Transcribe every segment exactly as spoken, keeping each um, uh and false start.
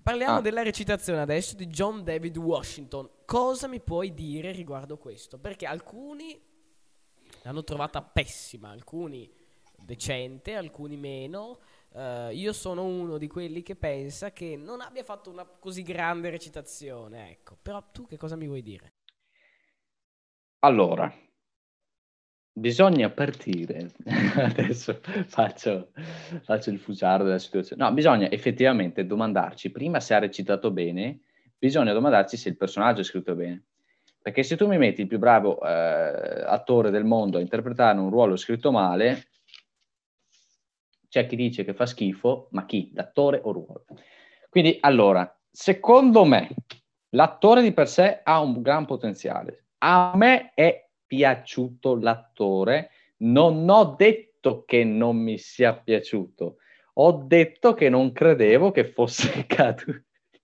Parliamo Ah, della recitazione adesso di John David Washington. Cosa mi puoi dire riguardo questo? Perché alcuni l'hanno trovata pessima, alcuni decente, alcuni meno. Eh, io sono uno di quelli che pensa che non abbia fatto una così grande recitazione, ecco. Però tu che cosa mi vuoi dire? allora, bisogna partire. Adesso faccio, faccio il fusaro della situazione. No, bisogna effettivamente domandarci prima se ha recitato bene, bisogna domandarci se il personaggio è scritto bene. Perché se tu mi metti il più bravo eh, attore del mondo a interpretare un ruolo scritto male, c'è chi dice che fa schifo, ma chi? L'attore o il ruolo? Quindi, allora, secondo me, l'attore di per sé ha un gran potenziale. A me è piaciuto l'attore, non ho detto che non mi sia piaciuto, ho detto che non credevo che fosse caduto.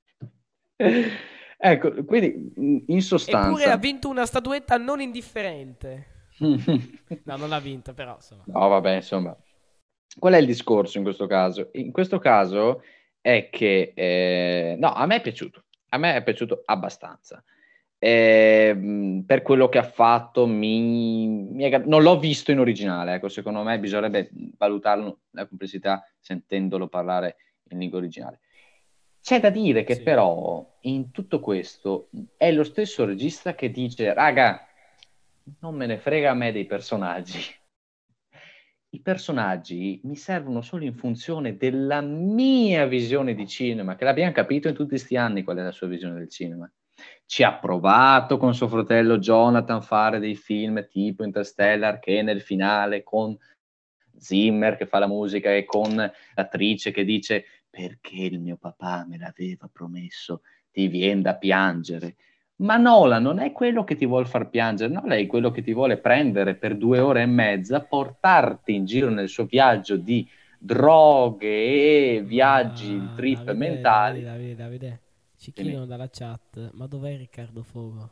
Ecco, quindi in Eppure ha sostanza, vinto una statuetta non indifferente. No, non l'ha vinta, però, insomma. no, vabbè, insomma, qual è il discorso in questo caso? In questo caso è che, eh, no, a me è piaciuto, a me è piaciuto abbastanza. Eh, mh, per quello che ha fatto, mi, mi è- non l'ho visto in originale, ecco, secondo me bisognerebbe valutarlo la complessità sentendolo parlare in lingua originale. C'è da dire che Sì. però in tutto questo è lo stesso regista che dice, raga, non me ne frega a me dei personaggi. I personaggi mi servono solo in funzione della mia visione di cinema, che l'abbiamo capito in tutti questi anni qual è la sua visione del cinema. Ci ha provato con suo fratello Jonathan fare dei film tipo Interstellar, che nel finale con Zimmer che fa la musica e con l'attrice che dice perché il mio papà me l'aveva promesso, ti viene da piangere. Ma Nola non è quello che ti vuole far piangere, Nola è quello che ti vuole prendere per due ore e mezza, portarti in giro nel suo viaggio di droghe e viaggi, Ma trip Davide, Davide, mentali. Davide, Davide. Ci Dimmi. chiedono dalla chat, ma dov'è Riccardo Fogo?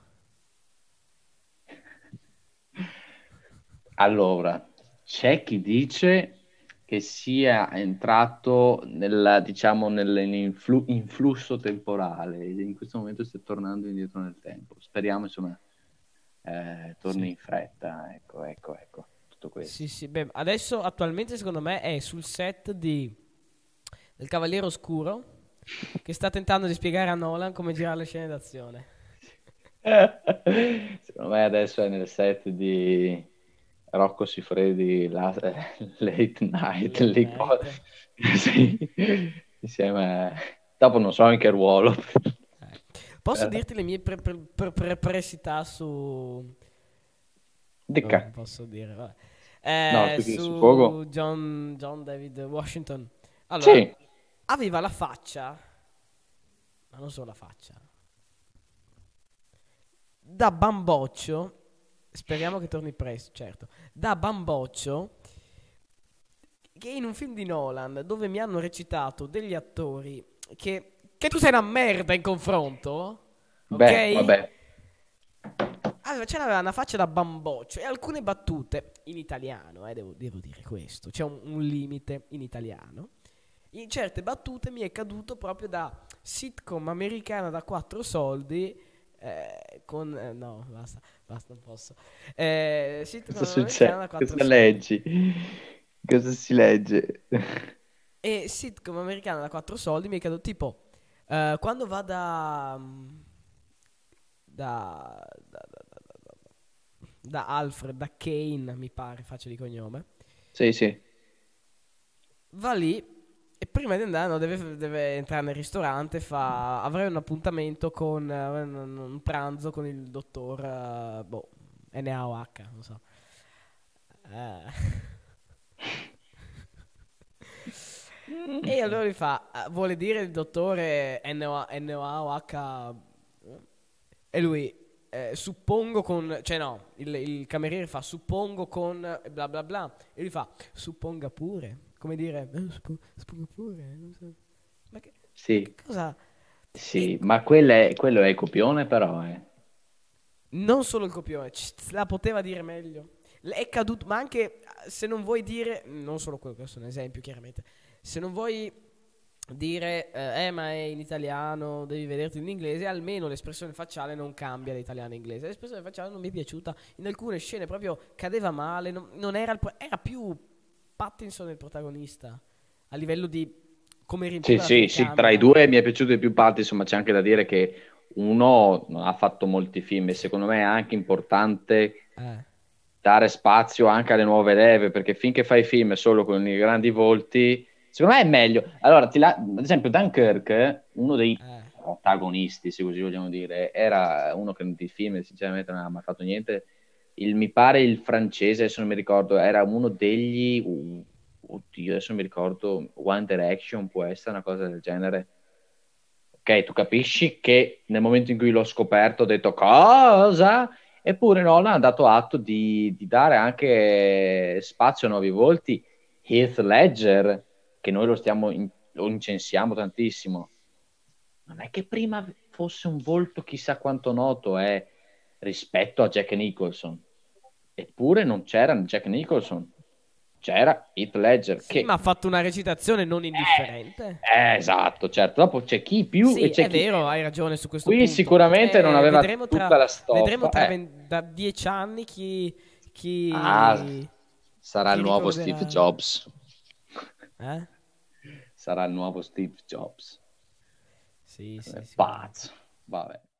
Allora, c'è chi dice che sia entrato nella, diciamo, nell'influsso temporale, in questo momento stia tornando indietro nel tempo. Speriamo, insomma, eh, torni Sì. in fretta. Ecco, ecco, ecco, tutto Sì, questo. sì, beh, adesso attualmente secondo me è sul set di del Cavaliere Oscuro che sta tentando di spiegare a Nolan come girare le scene d'azione. Secondo me adesso è nel set di Rocco Siffredi, la, Late Night, Late lì co- Night. sì, insieme, dopo non so in che ruolo. Eh. Posso Però- dirti le mie pre- pre- pre- perplessità su... No, non Dica, posso dire, vabbè. no, Eh, tu chiedi su su fuoco? John, John David Washington. Allora, Sì, aveva la faccia, ma non solo la faccia, da bamboccio, speriamo che torni presto, certo, da bamboccio, che in un film di Nolan, dove mi hanno recitato degli attori che, che tu sei una merda in confronto, beh, ok? vabbè, Allora, c'era una faccia da bamboccio e alcune battute in italiano, eh, devo, devo dire questo, c'è un, un limite in italiano. In certe battute mi è caduto proprio da sitcom americana da quattro soldi, eh, con... eh, no, basta, basta, non posso. Eh, cosa sitcom americana succede? da quattro Cosa soldi. leggi? Cosa si legge? E sitcom americana da quattro soldi mi è caduto tipo, eh, quando va da... mm, da... da, da, da, da- da Alfred, da Kane, mi pare, faccia di cognome. Sì, sì. Va lì e prima di andare no, deve, deve entrare nel ristorante, fa, avrei un appuntamento con eh, un, un pranzo con il dottor eh, boh, N A O H, non so. Eh. E allora gli fa, "Ah, vuole dire il dottore N O A O H?" E lui, eh, suppongo con, cioè no, il, il cameriere fa, suppongo con eh, bla bla bla. E lui fa, supponga pure. Come dire, "Eh, suppo- supponga pure. Non so." Ma che, ma che Sì, cosa? E sì, ma quello è, quello è copione però, eh. non solo il copione, c- la poteva dire meglio. L- È caduto, ma anche eh, se non vuoi dire, non solo quello, questo è un esempio chiaramente, se non vuoi dire eh, eh, ma è in italiano, devi vederti in inglese, almeno l'espressione facciale non cambia da italiano a inglese. L'espressione facciale non mi è piaciuta, in alcune scene proprio cadeva male, non, non era, il pro- era più Pattinson il protagonista, a livello di come Sì, riempiva la sì, sì, tra i telecamera. due mi è piaciuto di più Pattinson, ma c'è anche da dire che uno non ha fatto molti film e secondo me è anche importante Eh, dare spazio anche alle nuove leve, perché finché fai film solo con i grandi volti, secondo me è meglio. Allora, ti la- ad esempio, Dunkirk, uno dei eh, protagonisti, se così vogliamo dire, era uno che di film sinceramente non ha mai fatto niente. Il, mi pare il francese, adesso non mi ricordo, era uno degli... uh, oddio, adesso non mi ricordo, One Direction può essere una cosa del genere. Ok, tu capisci che nel momento in cui l'ho scoperto ho detto cosa? Eppure Nolan ha dato atto di, di dare anche spazio a nuovi volti. Heath Ledger, che noi lo stiamo in- lo incensiamo tantissimo, non è che prima fosse un volto chissà quanto noto eh, rispetto a Jack Nicholson. Eppure non c'era Jack Nicholson, c'era Heath Ledger sì, ma che ha fatto una recitazione non indifferente. eh, eh, esatto, certo. Dopo c'è chi più e Sì, c'è è chi vero, meno. hai ragione su questo Qui punto. sicuramente non Eh, aveva vedremo tutta tra, la vedremo stoffa. tra Eh. ven- da dieci anni chi, Ah, chi, sarà il chi nuovo Steve ricorderà. Jobs. Eh? Sarà il nuovo Steve Jobs. Sì, È sì, sicuramente. pazzo. Vabbè.